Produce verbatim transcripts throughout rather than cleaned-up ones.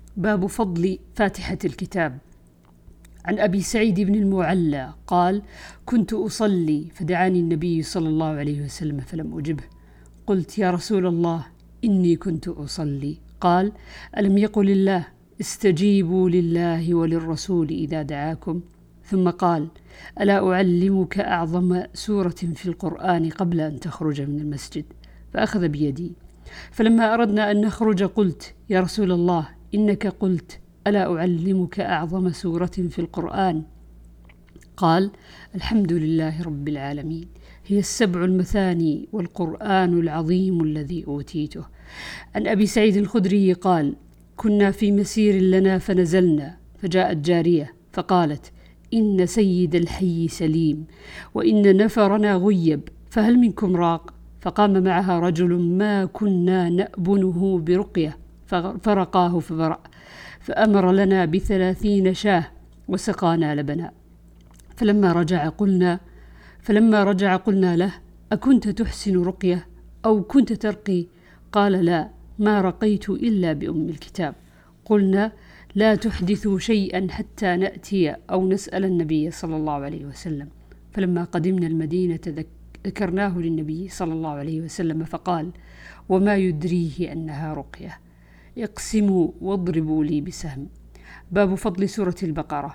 باب فضل فاتحة الكتاب. عن أبي سعيد بن المعلى قال: كنت أصلي فدعاني النبي صلى الله عليه وسلم فلم أجبه. قلت: يا رسول الله، إني كنت أصلي. قال: ألم يقل الله: استجيبوا لله وللرسول إذا دعاكم؟ ثم قال: ألا أعلمك أعظم سورة في القرآن قبل أن تخرج من المسجد؟ فأخذ بيدي، فلما أردنا أن نخرج قلت: يا رسول الله، إنك قلت: ألا أعلمك أعظم سورة في القرآن؟ قال: الحمد لله رب العالمين، هي السبع المثاني والقرآن العظيم الذي أوتيته. عن أبي سعيد الخدري قال: كنا في مسير لنا فنزلنا، فجاءت جارية فقالت: إن سيد الحي سليم، وإن نفرنا غيب، فهل منكم راق؟ فقام معها رجل ما كنا نأبنه برقية فرقاه فبرأ، فأمر لنا بثلاثين شاه وسقانا لبنا. فلما رجع قلنا فلما رجع قلنا له: أكنت تحسن رقية أو كنت ترقي؟ قال: لا، ما رقيت إلا بأم الكتاب. قلنا: لا تحدثوا شيئا حتى نأتي أو نسأل النبي صلى الله عليه وسلم. فلما قدمنا المدينة ذكرناه للنبي صلى الله عليه وسلم فقال: وما يدريه أنها رقية؟ اقسموا واضربوا لي بسهم. باب فضل سورة البقرة.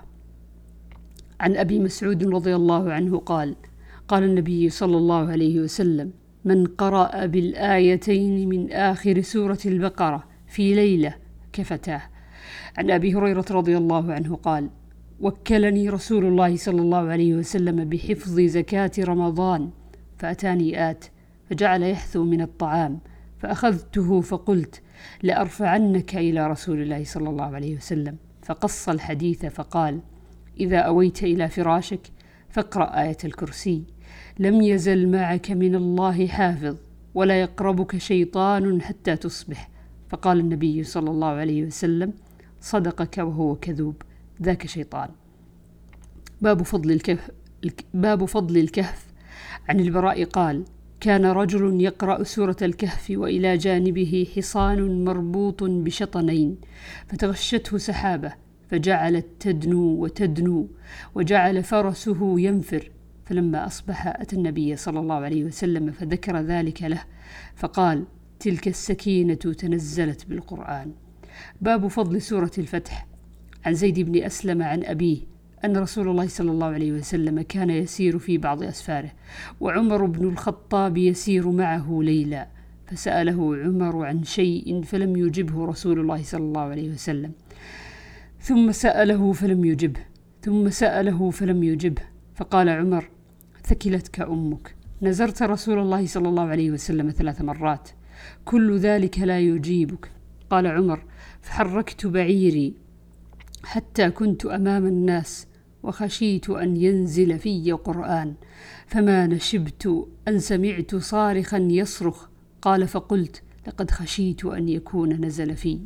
عن أبي مسعود رضي الله عنه قال: قال النبي صلى الله عليه وسلم: من قرأ بالآيتين من آخر سورة البقرة في ليلة كفتاه. عن أبي هريرة رضي الله عنه قال: وكلني رسول الله صلى الله عليه وسلم بحفظ زكاة رمضان، فأتاني آت فجعل يحثو من الطعام، فأخذته فقلت: لأرفعنك إلى رسول الله صلى الله عليه وسلم. فقص الحديث فقال: إذا أويت إلى فراشك فاقرأ آية الكرسي، لم يزل معك من الله حافظ، ولا يقربك شيطان حتى تصبح. فقال النبي صلى الله عليه وسلم: صدقك وهو كذوب، ذاك شيطان. باب فضل الكهف. باب فضل الكهف. عن البراء قال: كان رجل يقرأ سورة الكهف وإلى جانبه حصان مربوط بشطنين، فتغشته سحابة، فجعلت تدنو وتدنو، وجعل فرسه ينفر. فلما أصبح أتى النبي صلى الله عليه وسلم فذكر ذلك له، فقال: تلك السكينة تنزلت بالقرآن. باب فضل سورة الفتح. عن زيد بن أسلم عن أبيه أن رسول الله صلى الله عليه وسلم كان يسير في بعض أسفاره، وعمر بن الخطاب يسير معه ليلا، فسأله عمر عن شيء فلم يجبه رسول الله صلى الله عليه وسلم، ثم سأله فلم يجبه ثم سأله فلم يجبه فقال عمر: ثكلتك أمك، نزرت رسول الله صلى الله عليه وسلم ثلاث مرات، كل ذلك لا يجيبك. قال عمر: فحركت بعيري حتى كنت أمام الناس، وخشيت أن ينزل في قرآن، فما نشبت أن سمعت صارخا يصرخ. قال: فقلت: لقد خشيت أن يكون نزل في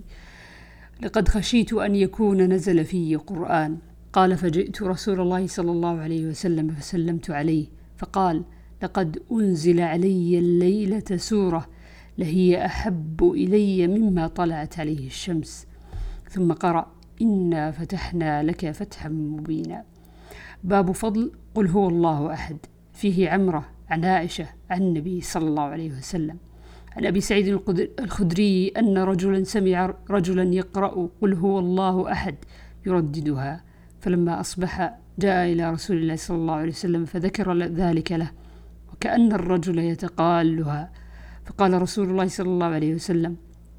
لقد خشيت أن يكون نزل في قرآن. قال: فجئت رسول الله صلى الله عليه وسلم فسلمت عليه، فقال: لقد أنزل علي الليلة سورة لهي أحب إلي مما طلعت عليه الشمس. ثم قرأ: إنا فتحنا لك فتحا مبينا. باب فضل قل هو الله أحد. فيه عمرة عن عائشة عن النبي صلى الله عليه وسلم. عن أبي سعيد الخدري أن رجلا سمع رجلا يقرأ قل هو الله أحد يرددها، فلما أصبح جاء إلى رسول الله صلى الله عليه وسلم فذكر ذلك له، وكأن الرجل يتقالها، فقال رسول الله صلى الله عليه وسلم: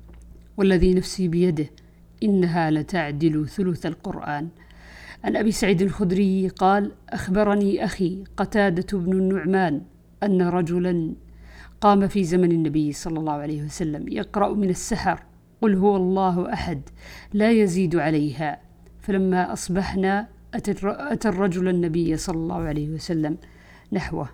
والذي نفسي بيده إنها لتعدل ثلث القرآن. عن أبي سعيد الخدري قال: أخبرني أخي قتادة بن النعمان أن رجلا قام في زمن النبي صلى الله عليه وسلم يقرأ من السحر قل هو الله أحد لا يزيد عليها، فلما أصبحنا أتى الرجل النبي صلى الله عليه وسلم نحوه.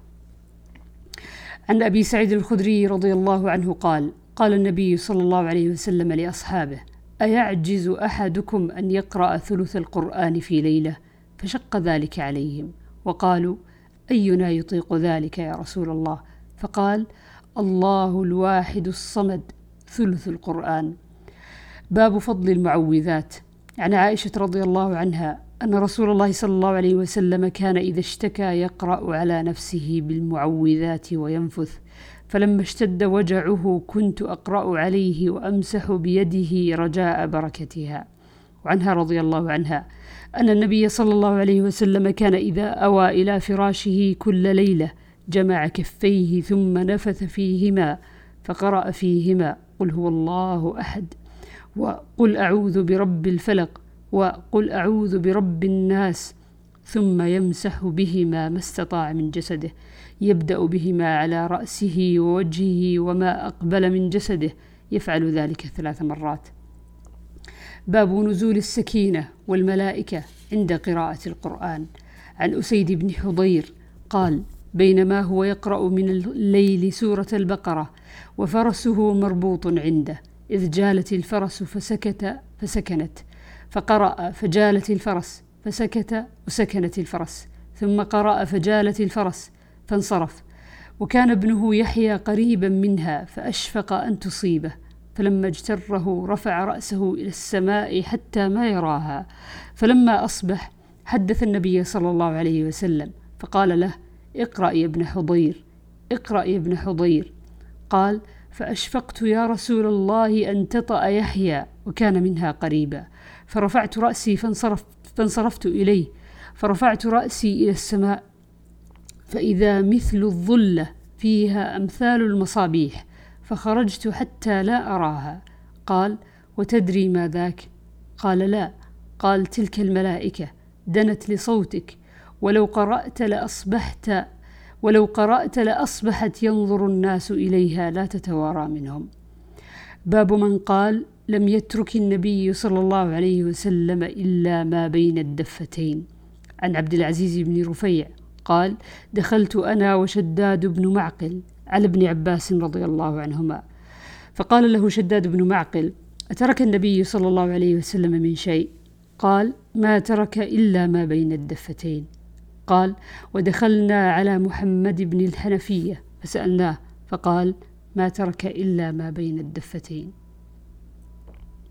عن أبي سعيد الخدري رضي الله عنه قال: قال النبي صلى الله عليه وسلم لأصحابه: أيعجز أحدكم أن يقرأ ثلث القرآن في ليلة؟ فشق ذلك عليهم، وقالوا: أينا يطيق ذلك يا رسول الله؟ فقال: الله الواحد الصمد ثلث القرآن. باب فضل المعوذات. عن عائشة رضي الله عنها أن رسول الله صلى الله عليه وسلم كان إذا اشتكى يقرأ على نفسه بالمعوذات وينفث، فلما اشتد وجعه كنت أقرأ عليه وأمسح بيده رجاء بركتها. وعنها رضي الله عنها أن النبي صلى الله عليه وسلم كان إذا أوى إلى فراشه كل ليلة جمع كفيه ثم نفث فيهما فقرأ فيهما قل هو الله أحد، وقل أعوذ برب الفلق، وقل أعوذ برب الناس، ثم يمسح بهما ما استطاع من جسده، يبدأ بهما على رأسه ووجهه وما أقبل من جسده، يفعل ذلك ثلاث مرات. باب نزول السكينة والملائكة عند قراءة القرآن. عن أسيد بن حضير قال: بينما هو يقرأ من الليل سورة البقرة وفرسه مربوط عنده، إذ جالت الفرس فسكت فسكنت، فقرأ فجالت الفرس فسكت وسكنت الفرس، ثم قرأ فجالت الفرس فانصرف، وكان ابنه يحيى قريبا منها فأشفق أن تصيبه، فلما اجتره رفع رأسه إلى السماء حتى ما يراها، فلما أصبح حدث النبي صلى الله عليه وسلم فقال له: اقرأ يا ابن حضير، اقرأ يا ابن حضير. قال: فأشفقت يا رسول الله أن تطأ يحيى، وكان منها قريبا، فرفعت رأسي فانصرف فانصرفت إليه، فرفعت رأسي إلى السماء فإذا مثل الظلة فيها أمثال المصابيح، فخرجت حتى لا أراها. قال: وتدري ما ذاك؟ قال: لا. قال: تلك الملائكة دنت لصوتك، ولو قرأت لأصبحت ولو قرأت لأصبحت ينظر الناس إليها لا تتوارى منهم. باب من قال: لم يترك النبي صلى الله عليه وسلم إلا ما بين الدفتين. عن عبد العزيز بن رفيع قال: دخلت أنا وشداد بن معقل على ابن عباس رضي الله عنهما، فقال له شداد بن معقل: أترك النبي صلى الله عليه وسلم من شيء؟ قال: ما ترك إلا ما بين الدفتين. قال: ودخلنا على محمد بن الحنفية فسألناه فقال: ما ترك إلا ما بين الدفتين.